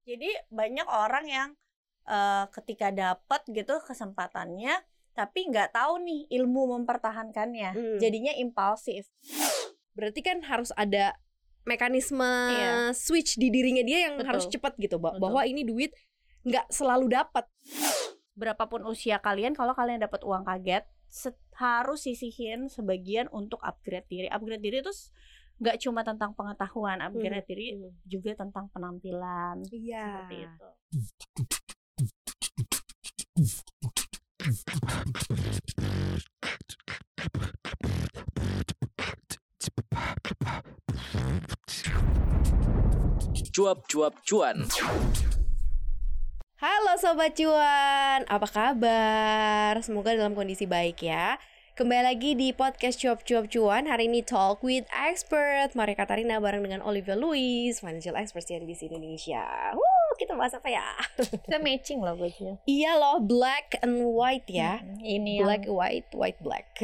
Jadi banyak orang yang ketika dapat gitu kesempatannya, tapi nggak tahu nih ilmu mempertahankannya, jadinya impulsif. Berarti kan harus ada mekanisme switch di dirinya dia yang harus cepat gitu, bahwa ini duit nggak selalu dapat. Berapapun usia kalian, kalau kalian dapat uang kaget, harus sisihin sebagian untuk upgrade diri. Upgrade diri itu nggak cuma tentang pengetahuan, upgrade diri juga tentang penampilan. Seperti itu. Cuap-cuap cuan. Halo Sobat Cuan, apa kabar? Semoga dalam kondisi baik ya. Kembali lagi di podcast Cuap-cuap cuan. Hari ini Talk with Expert Maria Katarina bareng dengan Olivia Louis, Financial Expert CNBC Indonesia. Kita bahas apa ya? Kita matching loh bajunya. Iya loh, black and white ya. Ini black, white, white, black.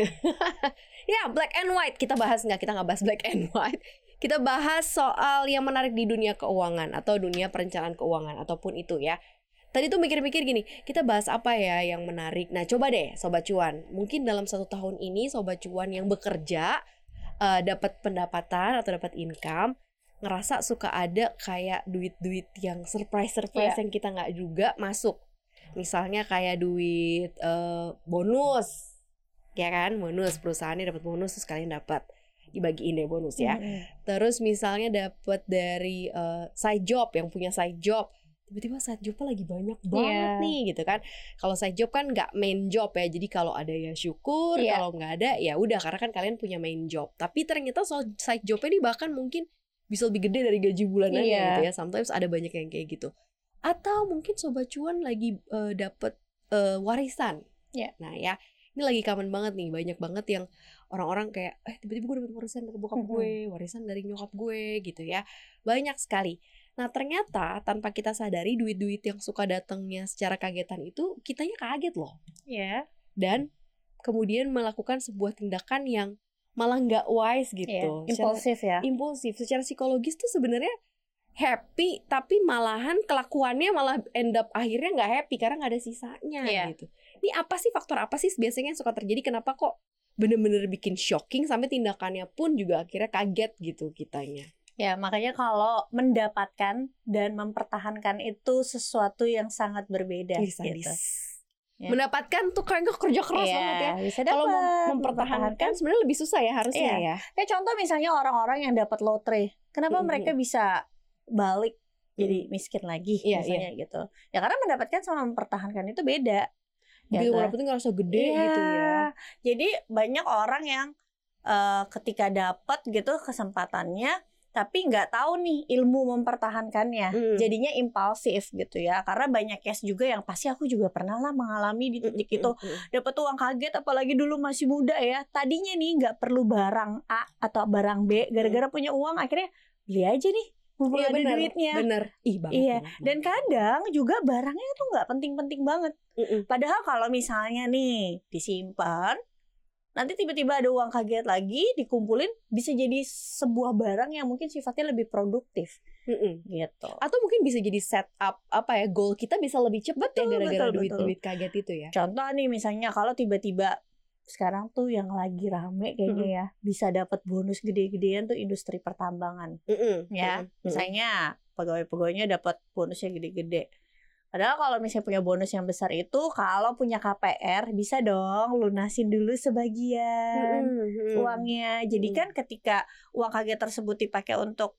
Ya, black and white. Kita nggak bahas black and white. Kita bahas soal yang menarik di dunia keuangan atau dunia perencanaan keuangan ataupun itu ya. Tadi tuh mikir-mikir gini, kita bahas apa ya yang menarik. Nah coba deh Sobat Cuan, mungkin dalam 1 tahun ini Sobat Cuan yang bekerja dapat pendapatan atau dapat income, ngerasa suka ada kayak duit-duit yang surprise yang kita nggak juga masuk. Misalnya kayak duit bonus, ya kan, bonus, perusahaannya dapat bonus terus kalian dapat, dibagiin deh bonus ya. Terus misalnya dapat dari side job, yang punya side job, tiba-tiba side jobnya lagi banyak banget nih gitu kan. Kalau side job kan nggak main job ya, jadi kalau ada ya syukur, kalau nggak ada ya udah, karena kan kalian punya main job. Tapi ternyata side jobnya ini bahkan mungkin bisa lebih gede dari gaji bulanannya gitu ya. Sometimes ada banyak yang kayak gitu. Atau mungkin Sobat Cuan lagi dapat warisan. Nah ya, ini lagi common banget nih, banyak banget yang orang-orang kayak tiba-tiba gue dapet warisan dari bokap gue, warisan dari nyokap gue gitu ya. Banyak sekali. Nah ternyata tanpa kita sadari, duit-duit yang suka datangnya secara kagetan itu kitanya kaget loh. Dan kemudian melakukan sebuah tindakan yang malah nggak wise gitu. Impulsif ya. Impulsif. Secara psikologis tuh sebenarnya happy, tapi malahan kelakuannya malah end up akhirnya nggak happy karena nggak ada sisanya gitu. Ini apa sih, faktor apa sih biasanya yang suka terjadi? Kenapa kok bener-bener bikin shocking sampai tindakannya pun juga akhirnya kaget gitu kitanya? Ya, makanya kalau mendapatkan dan mempertahankan itu sesuatu yang sangat berbeda gitu. Mendapatkan tuh kayaknya kerja keras banget ya. Kalau mempertahankan sebenarnya lebih susah ya harusnya ya. Kayak contoh misalnya orang-orang yang dapat lotre, kenapa mereka bisa balik jadi miskin lagi misalnya gitu. Ya karena mendapatkan sama mempertahankan itu beda. Begitu dapetin ngerasa gede gitu ya. Jadi banyak orang yang ketika dapat gitu kesempatannya, tapi nggak tahu nih ilmu mempertahankannya, jadinya impulsif gitu ya. Karena banyak case juga yang pasti aku juga pernah lah mengalami di titik itu, dapat uang kaget, apalagi dulu masih muda ya. Tadinya nih nggak perlu barang A atau barang B, gara-gara punya uang akhirnya beli aja nih. Ada duitnya. Bener. Dan kadang juga barangnya tuh nggak penting-penting banget. Padahal kalau misalnya nih disimpan, nanti tiba-tiba ada uang kaget lagi dikumpulin, bisa jadi sebuah barang yang mungkin sifatnya lebih produktif gitu. Atau mungkin bisa jadi setup goal kita bisa lebih cepat ya gara-gara duit kaget itu ya. Contoh nih misalnya kalau tiba-tiba sekarang tuh yang lagi rame kayaknya ya, bisa dapat bonus gede-gedean tuh industri pertambangan. Misalnya pegawai-pegawainya dapat bonusnya gede-gede. Padahal kalau misalnya punya bonus yang besar itu, kalau punya KPR bisa dong lunasin dulu sebagian uangnya. Jadi kan ketika uang kaget tersebut dipakai untuk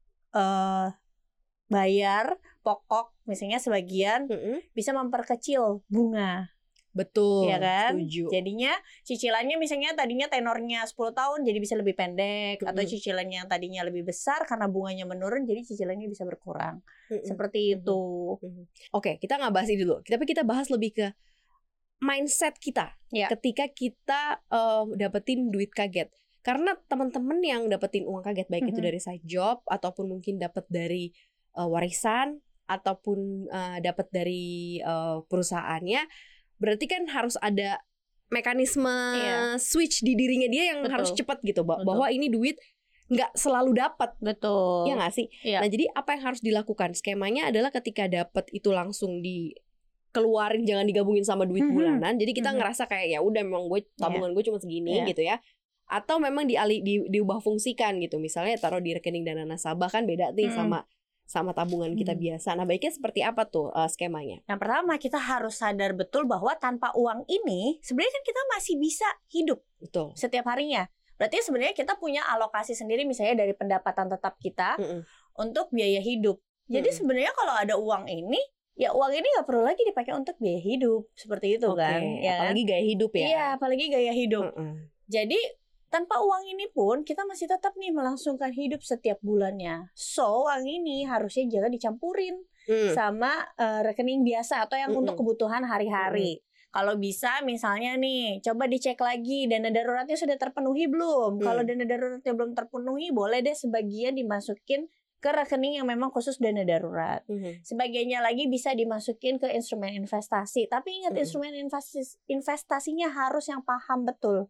bayar pokok misalnya sebagian, bisa memperkecil bunga. Betul, ya kan? Setuju. Jadinya cicilannya misalnya tadinya tenornya 10 tahun jadi bisa lebih pendek, atau cicilannya yang tadinya lebih besar karena bunganya menurun jadi cicilannya bisa berkurang. Seperti itu. Oke, kita nggak bahas ini dulu. Tapi kita bahas lebih ke mindset kita ketika kita dapetin duit kaget. Karena teman-teman yang dapetin uang kaget, baik itu dari side job ataupun mungkin dapat dari warisan ataupun dapat dari perusahaannya, berarti kan harus ada mekanisme switch di dirinya dia yang harus cepat gitu, bahwa ini duit nggak selalu dapat. Betul. Ya nggak sih? Iya. Nah jadi apa yang harus dilakukan? Skemanya adalah ketika dapat itu langsung dikeluarin, jangan digabungin sama duit bulanan. Jadi kita ngerasa kayak ya udah memang gue tabungan gue cuma segini gitu ya. Atau memang diubah fungsikan gitu. Misalnya taruh di rekening dana nasabah, kan beda nih sama tabungan kita biasa. Nah baiknya seperti apa tuh skemanya? Yang pertama kita harus sadar betul bahwa tanpa uang ini sebenarnya kan kita masih bisa hidup. Betul. Setiap harinya. Berarti sebenarnya kita punya alokasi sendiri misalnya dari pendapatan tetap kita untuk biaya hidup. Jadi sebenarnya kalau ada uang ini, ya uang ini nggak perlu lagi dipakai untuk biaya hidup seperti itu kan. Ya, apalagi gaya hidup ya. Iya, apalagi gaya hidup. Jadi tanpa uang ini pun kita masih tetap nih melangsungkan hidup setiap bulannya. So uang ini harusnya jangan dicampurin sama rekening biasa atau yang untuk kebutuhan hari-hari. Kalau bisa misalnya nih, coba dicek lagi dana daruratnya sudah terpenuhi belum. Kalau dana daruratnya belum terpenuhi, boleh deh sebagian dimasukin ke rekening yang memang khusus dana darurat. Sebagiannya lagi bisa dimasukin ke instrumen investasi. Tapi ingat instrumen investasinya harus yang paham betul.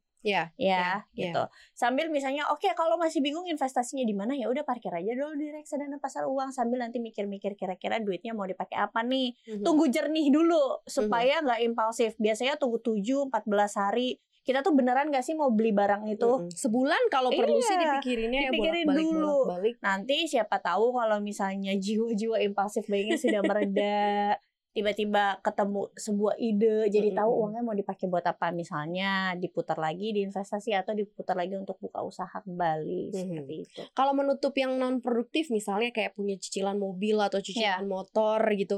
Gitu. Sambil misalnya kalau masih bingung investasinya di mana, ya udah parkir aja dulu di reksadana pasar uang sambil nanti mikir-mikir kira-kira duitnya mau dipakai apa nih. Tunggu jernih dulu supaya nggak impulsif. Biasanya tunggu 7-14 hari. Kita tuh beneran nggak sih mau beli barang itu? Sebulan kalau perlu sih dipikirinnya dipikirin ya dulu. bolak-balik. Nanti siapa tahu kalau misalnya jiwa-jiwa impulsif buyingnya sudah mereda. Tiba-tiba ketemu sebuah ide, jadi tahu uangnya mau dipakai buat apa, misalnya diputar lagi di investasi atau diputar lagi untuk buka usaha kembali seperti itu. Kalau menutup yang non produktif misalnya kayak punya cicilan mobil atau cicilan motor gitu,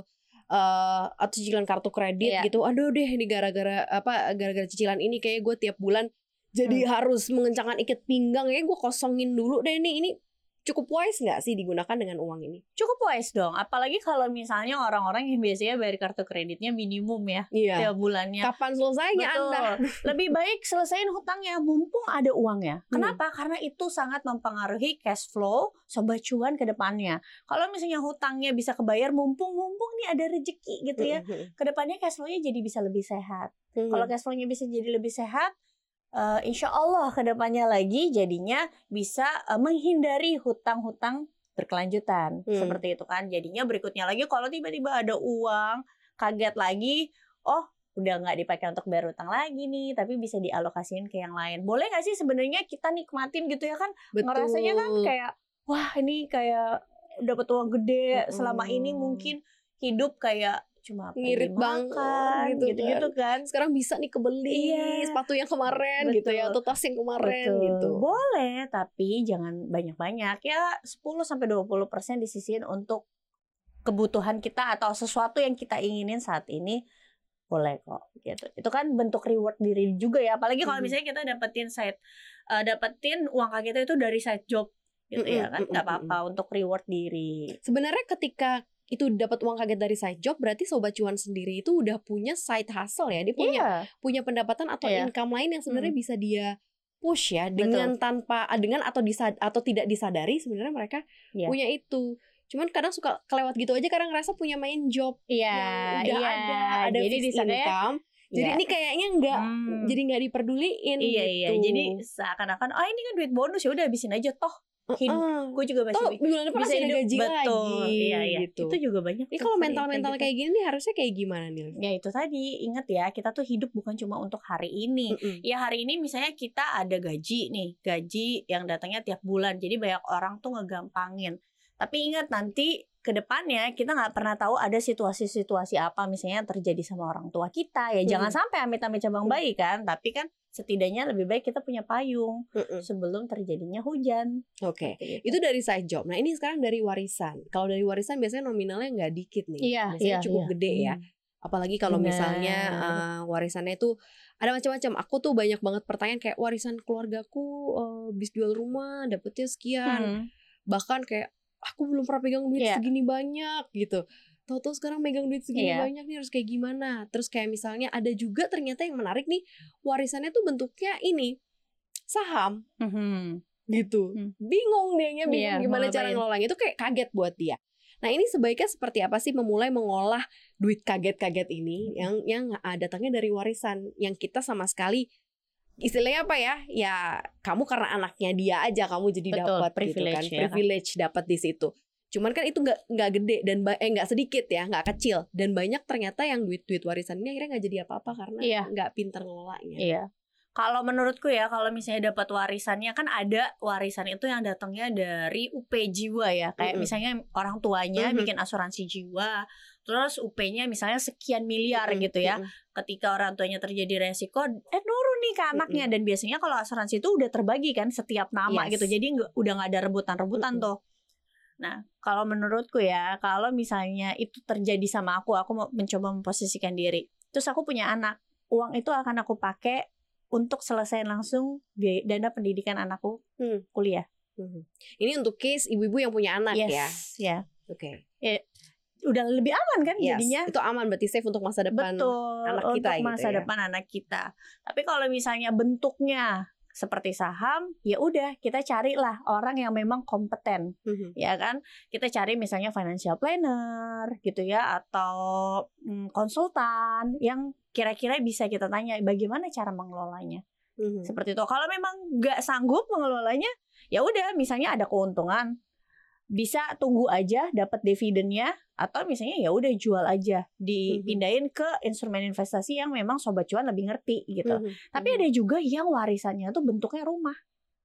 atau cicilan kartu kredit gitu, aduh deh ini gara-gara cicilan ini kayak gue tiap bulan jadi harus mengencangkan ikat pinggang, ya gue kosongin dulu deh ini. Cukup wise nggak sih digunakan dengan uang ini? Cukup wise dong, apalagi kalau misalnya orang-orang yang biasanya bayar kartu kreditnya minimum ya tiap bulannya. Kapan selesainya Anda? Lebih baik selesaiin hutangnya mumpung ada uangnya. Kenapa? Karena itu sangat mempengaruhi cash flow sobat cuan ke depannya. Kalau misalnya hutangnya bisa kebayar mumpung nih ada rezeki gitu ya. Ke depannya cash flow-nya jadi bisa lebih sehat. Kalau cash flow-nya bisa jadi lebih sehat, insya Allah kedepannya lagi jadinya bisa menghindari hutang-hutang berkelanjutan seperti itu kan. Jadinya berikutnya lagi kalau tiba-tiba ada uang, kaget lagi, udah nggak dipakai untuk bayar hutang lagi nih, tapi bisa dialokasiin ke yang lain. Boleh nggak sih sebenarnya kita nikmatin gitu ya kan? Ngerasanya kan kayak wah ini kayak dapat uang gede, selama ini mungkin hidup kayak cuma ngirit banget gitu kan. Sekarang bisa nih kebeli sepatu yang kemarin gitu ya, atau tas yang kemarin gitu. Boleh, tapi jangan banyak-banyak ya, 10-20% disisihin untuk kebutuhan kita atau sesuatu yang kita inginin saat ini. Boleh kok gitu. Itu kan bentuk reward diri juga ya, apalagi kalau misalnya kita dapetin uang kita itu dari side job gitu ya kan, nggak apa-apa untuk reward diri. Sebenarnya ketika itu dapat uang kaget dari side job, berarti sobat cuan sendiri itu udah punya side hustle ya, dia punya pendapatan atau income lain yang sebenarnya bisa dia push ya, dengan atau tidak disadari sebenarnya mereka punya itu. Cuman kadang suka kelewat gitu aja karena ngerasa punya main job yang udah ada jadi fixed income. Jadi ini kayaknya nggak diperduliin gitu. Jadi seakan-akan ini kan duit bonus, ya udah habisin aja toh. Gue juga masih bulan depan bisa masih ada gaji lagi gitu. Itu juga banyak. Ini kalau mental kayak gini nih harusnya kayak gimana nih? Ya itu tadi, ingat ya, kita tuh hidup bukan cuma untuk hari ini. Ya hari ini misalnya kita ada gaji yang datangnya tiap bulan. Jadi banyak orang tuh ngegampangin. Tapi ingat nanti ke depannya kita nggak pernah tahu ada situasi-situasi apa misalnya terjadi sama orang tua kita. Ya jangan sampai amit-amit cabang bayi kan. Tapi kan setidaknya lebih baik kita punya payung sebelum terjadinya hujan. Oke. Itu dari side job. Nah ini sekarang dari warisan. Kalau dari warisan biasanya nominalnya nggak dikit nih. Biasanya cukup gede ya. Apalagi kalau misalnya warisannya itu ada macam-macam. Aku tuh banyak banget pertanyaan kayak warisan keluargaku habis jual rumah dapetnya sekian. Bahkan kayak aku belum pernah pegang duit segini banyak gitu. Tahu-tahu sekarang megang duit segini banyak nih harus kayak gimana. Terus kayak misalnya ada juga ternyata yang menarik nih, warisannya tuh bentuknya ini saham gitu. Bingung gimana cara ngelolanya, itu kayak kaget buat dia. Nah ini sebaiknya seperti apa sih memulai mengolah duit kaget-kaget ini yang datangnya dari warisan yang kita sama sekali istilahnya apa ya? Ya kamu karena anaknya dia aja kamu jadi dapat gitu kan, privilege dapat di situ. Cuman kan itu nggak gede dan nggak sedikit ya, nggak kecil, dan banyak ternyata yang duit warisan ini akhirnya nggak jadi apa-apa karena nggak pintar ngelolanya. Iya. Kalau menurutku ya, kalau misalnya dapat warisannya, kan ada warisan itu yang datangnya dari UP jiwa ya, kayak misalnya orang tuanya bikin asuransi jiwa, terus UP-nya misalnya sekian miliar gitu ya. Ketika orang tuanya terjadi resiko, nurun nih ke anaknya, dan biasanya kalau asuransi itu udah terbagi kan setiap nama gitu, jadi udah nggak ada rebutan-rebutan tuh. Nah, kalau menurutku ya, kalau misalnya itu terjadi sama aku mau mencoba memposisikan diri. Terus aku punya anak, uang itu akan aku pakai untuk selesaiin langsung dana pendidikan anakku kuliah. Ini untuk case ibu-ibu yang punya anak ya? Ya. Oke. Ya, udah lebih aman kan jadinya? Itu aman, berarti safe untuk masa depan anak kita untuk masa depan anak kita. Tapi kalau misalnya bentuknya seperti saham, ya udah kita carilah orang yang memang kompeten, ya kan? Kita cari misalnya financial planner gitu ya, atau konsultan yang kira-kira bisa kita tanya bagaimana cara mengelolanya. Seperti itu. Kalau memang nggak sanggup mengelolanya, ya udah misalnya ada keuntungan, bisa tunggu aja dapat dividennya, atau misalnya ya udah jual aja, dipindahin ke instrumen investasi yang memang sobat cuan lebih ngerti gitu. Tapi ada juga yang warisannya tuh bentuknya rumah,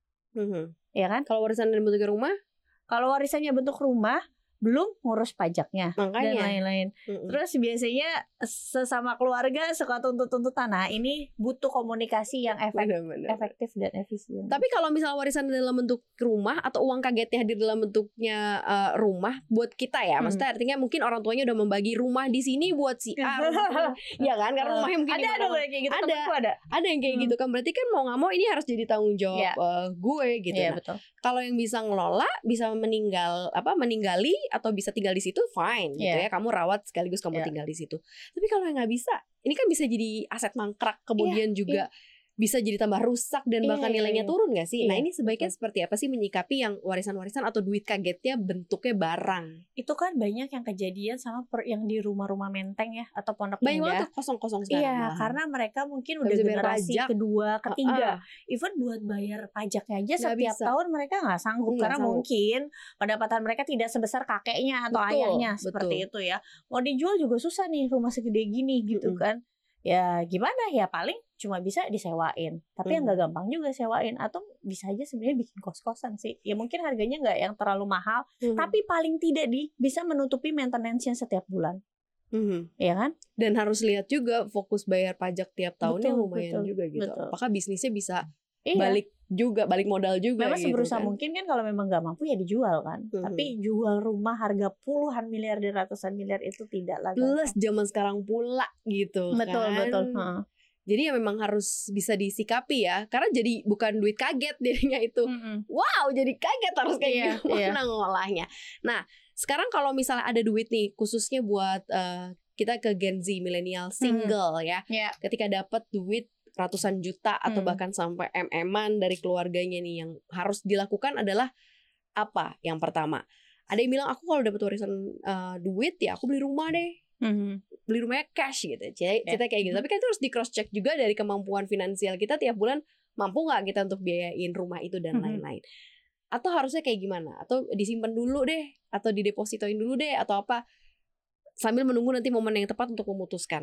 ya kan? Kalau warisan bentuknya rumah, kalau warisannya bentuk rumah, belum ngurus pajaknya dan lain-lain. Terus biasanya sesama keluarga suka tuntut-tuntutan. Nah, ini butuh komunikasi yang efektif dan efisien. Tapi kalau misalnya warisan dalam bentuk rumah atau uang kagetnya hadir dalam bentuknya rumah buat kita ya, maksudnya artinya mungkin orang tuanya udah membagi rumah di sini buat si A, ya kan? Karena rumahnya mungkin ada kayak gitu. Ada yang kayak gitu kan. Berarti kan mau nggak mau ini harus jadi tanggung jawab gue gitu. Iya, betul. Kalau yang bisa ngelola, bisa meninggali atau bisa tinggal di situ, fine gitu ya. Kamu rawat sekaligus kamu tinggal di situ. Tapi kalau yang nggak bisa, ini kan bisa jadi aset mangkrak, kemudian juga bisa jadi tambah rusak dan bahkan nilainya turun nggak sih? Nah, ini sebaiknya seperti apa sih menyikapi yang warisan-warisan atau duit kagetnya bentuknya barang? Itu kan banyak yang kejadian sama yang di rumah-rumah menteng ya, atau pondok banyak indah. Banyak banget kosong-kosong sekarang. Iya, karena mereka mungkin udah generasi kedua, ketiga. Even buat bayar pajaknya aja setiap tahun mereka nggak sanggup. Karena mungkin pendapatan mereka tidak sebesar kakeknya atau ayahnya. Seperti itu ya. Mau dijual juga susah nih rumah segede gini gitu kan. Ya gimana ya, paling cuma bisa disewain, tapi yang nggak gampang juga sewain, atau bisa aja sebenarnya bikin kos-kosan sih. Ya mungkin harganya nggak yang terlalu mahal, tapi paling tidak bisa menutupi maintenance-nya setiap bulan. Ya kan? Dan harus lihat juga fokus bayar pajak tiap tahunnya lumayan juga gitu. Apakah bisnisnya bisa balik modal juga. Memang seberusaha mungkin kan, kalau memang nggak mampu ya dijual kan. Tapi jual rumah harga puluhan miliar dan ratusan miliar itu tidak lagi. Plus zaman sekarang pula gitu. Betul. Jadi ya memang harus bisa disikapi ya, karena jadi bukan duit kaget jadinya itu. Wow, jadi kaget harus kayak gimana ngolahnya. Nah, sekarang kalau misalnya ada duit nih khususnya buat kita ke Gen Z milenial single ya. Ketika dapat duit ratusan juta atau bahkan sampai MM-an dari keluarganya nih, yang harus dilakukan adalah apa? Yang pertama, ada yang bilang aku kalau dapat warisan duit ya aku beli rumah deh. Beli rumahnya cash gitu, kita kayak gitu. Tapi kan itu harus di cross check juga dari kemampuan finansial kita tiap bulan, mampu nggak kita untuk biayain rumah itu dan lain-lain. Atau harusnya kayak gimana? Atau disimpan dulu deh, atau didepositoin dulu deh, atau apa, sambil menunggu nanti momen yang tepat untuk memutuskan.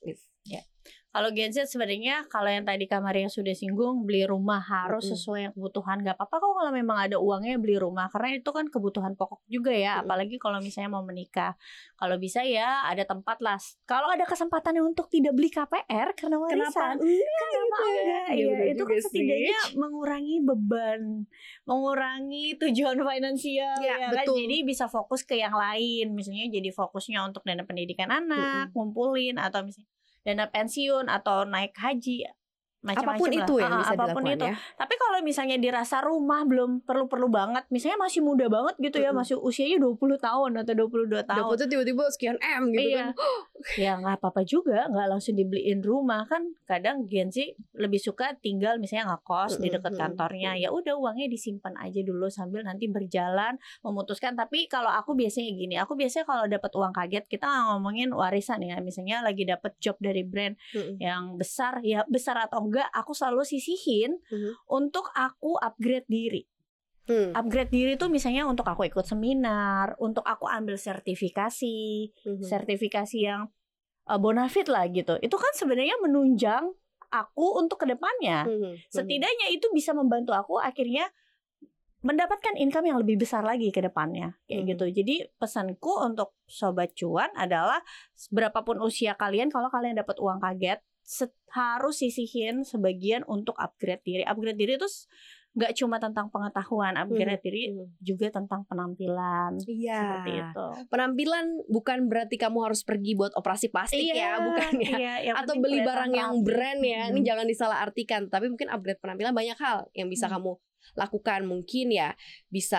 Kalau Gen Z sebenarnya, kalau yang tadi Kamaria sudah singgung, beli rumah harus sesuai yang kebutuhan. Gak apa-apa kok kalau memang ada uangnya beli rumah, karena itu kan kebutuhan pokok juga ya. Apalagi kalau misalnya mau menikah, kalau bisa ya ada tempat lah. Kalau ada kesempatan untuk tidak beli KPR karena warisan, kenapa enggak? Ya, itu kan setidaknya mengurangi beban, mengurangi tujuan finansial ya kan. Jadi bisa fokus ke yang lain, misalnya jadi fokusnya untuk dana pendidikan anak, ngumpulin, atau misalnya dana pensiun atau naik haji, macam-macam apapun lah. Itu yang bisa apapun dilakukan itu. Ya. Tapi kalau misalnya dirasa rumah belum perlu banget, misalnya masih muda banget gitu ya, masih usianya 20 tahun atau 22 tahun. Dapetnya tiba-tiba sekian M gitu kan. ya nggak apa-apa juga, nggak langsung dibeliin rumah. Kan kadang Gen Z lebih suka tinggal misalnya ngekos di dekat kantornya. Ya udah uangnya disimpan aja dulu sambil nanti berjalan memutuskan. Tapi kalau aku biasanya gini, aku biasanya kalau dapat uang kaget, kita ngomongin warisan ya, misalnya lagi dapat job dari brand yang besar, ya besar atau enggak, aku selalu sisihin untuk aku upgrade diri. Upgrade diri tuh misalnya untuk aku ikut seminar, untuk aku ambil sertifikasi, sertifikasi yang bonafit lah gitu. Itu kan sebenarnya menunjang aku untuk kedepannya. Setidaknya itu bisa membantu aku akhirnya mendapatkan income yang lebih besar lagi ke depannya kayak gitu. Jadi pesanku untuk sobat cuan adalah berapapun usia kalian, kalau kalian dapat uang kaget, harus sisihin sebagian untuk upgrade diri. Upgrade diri itu nggak cuma tentang pengetahuan, upgrade diri juga tentang penampilan. Iya. Seperti itu. Penampilan bukan berarti kamu harus pergi buat operasi plastik ya, bukan ya. Atau beli barang yang brand ya. Ini jangan disalahartikan. Tapi mungkin upgrade penampilan banyak hal yang bisa kamu lakukan. Mungkin ya bisa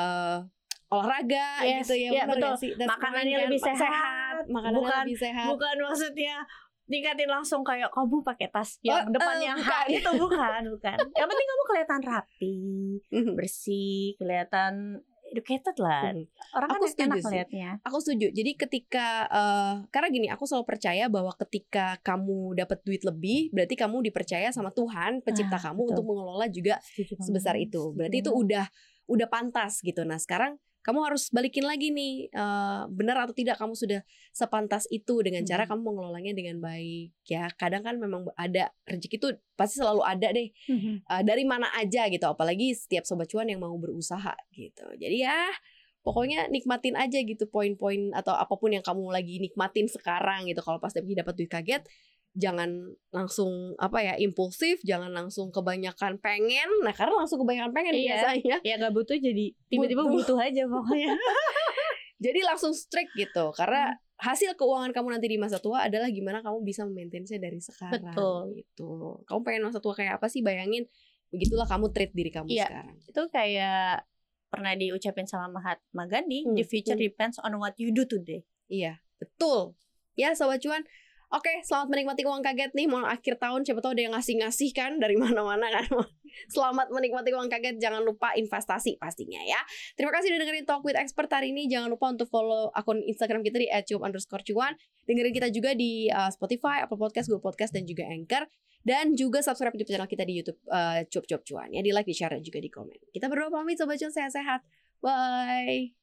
olahraga gitu ya, betul. Makanannya lebih sehat. Makanannya lebih sehat. Bukan maksudnya tingkatin langsung kayak kamu pakai tas yang depannya itu bukan. Yang penting kamu kelihatan rapi, bersih, kelihatan educated lah. Orang kan enak ngeliatnya. Aku setuju. Jadi ketika karena gini, aku selalu percaya bahwa ketika kamu dapat duit lebih, berarti kamu dipercaya sama Tuhan, pencipta kamu, untuk mengelola juga sebesar itu. Berarti itu udah pantas gitu. Nah, sekarang kamu harus balikin lagi nih, benar atau tidak kamu sudah sepantas itu dengan cara kamu mengelolanya dengan baik. Ya kadang kan memang ada rezeki itu pasti selalu ada deh, dari mana aja gitu. Apalagi setiap sobat cuan yang mau berusaha gitu. Jadi ya pokoknya nikmatin aja gitu poin-poin atau apapun yang kamu lagi nikmatin sekarang gitu. Kalau pas dapat duit kaget, jangan langsung impulsif, jangan langsung kebanyakan pengen. Nah karena langsung kebanyakan pengen biasanya ya nggak butuh, jadi tiba-tiba butuh aja pokoknya. Jadi langsung strict gitu. Karena hasil keuangan kamu nanti di masa tua adalah gimana kamu bisa memaintain-nya dari sekarang. Betul. Gitu. Kamu pengen masa tua kayak apa sih? Bayangin, begitulah kamu treat diri kamu sekarang. Itu kayak pernah diucapin sama Mahatma Gandhi, the future depends on what you do today. Iya, betul. Ya sobat cuan, oke, selamat menikmati uang kaget nih. Mau akhir tahun, siapa tahu ada yang ngasih-ngasih kan dari mana-mana kan. Selamat menikmati uang kaget. Jangan lupa investasi pastinya ya. Terima kasih udah dengerin Talk with Expert hari ini. Jangan lupa untuk follow akun Instagram kita di @cuap_cuan. Dengerin kita juga di Spotify, Apple Podcast, Google Podcast, dan juga Anchor. Dan juga subscribe YouTube channel kita di YouTube Cuap Cuan ya. Di like, di share, dan juga di komen. Kita berdua pamit sobat cuan, sehat-sehat. Bye.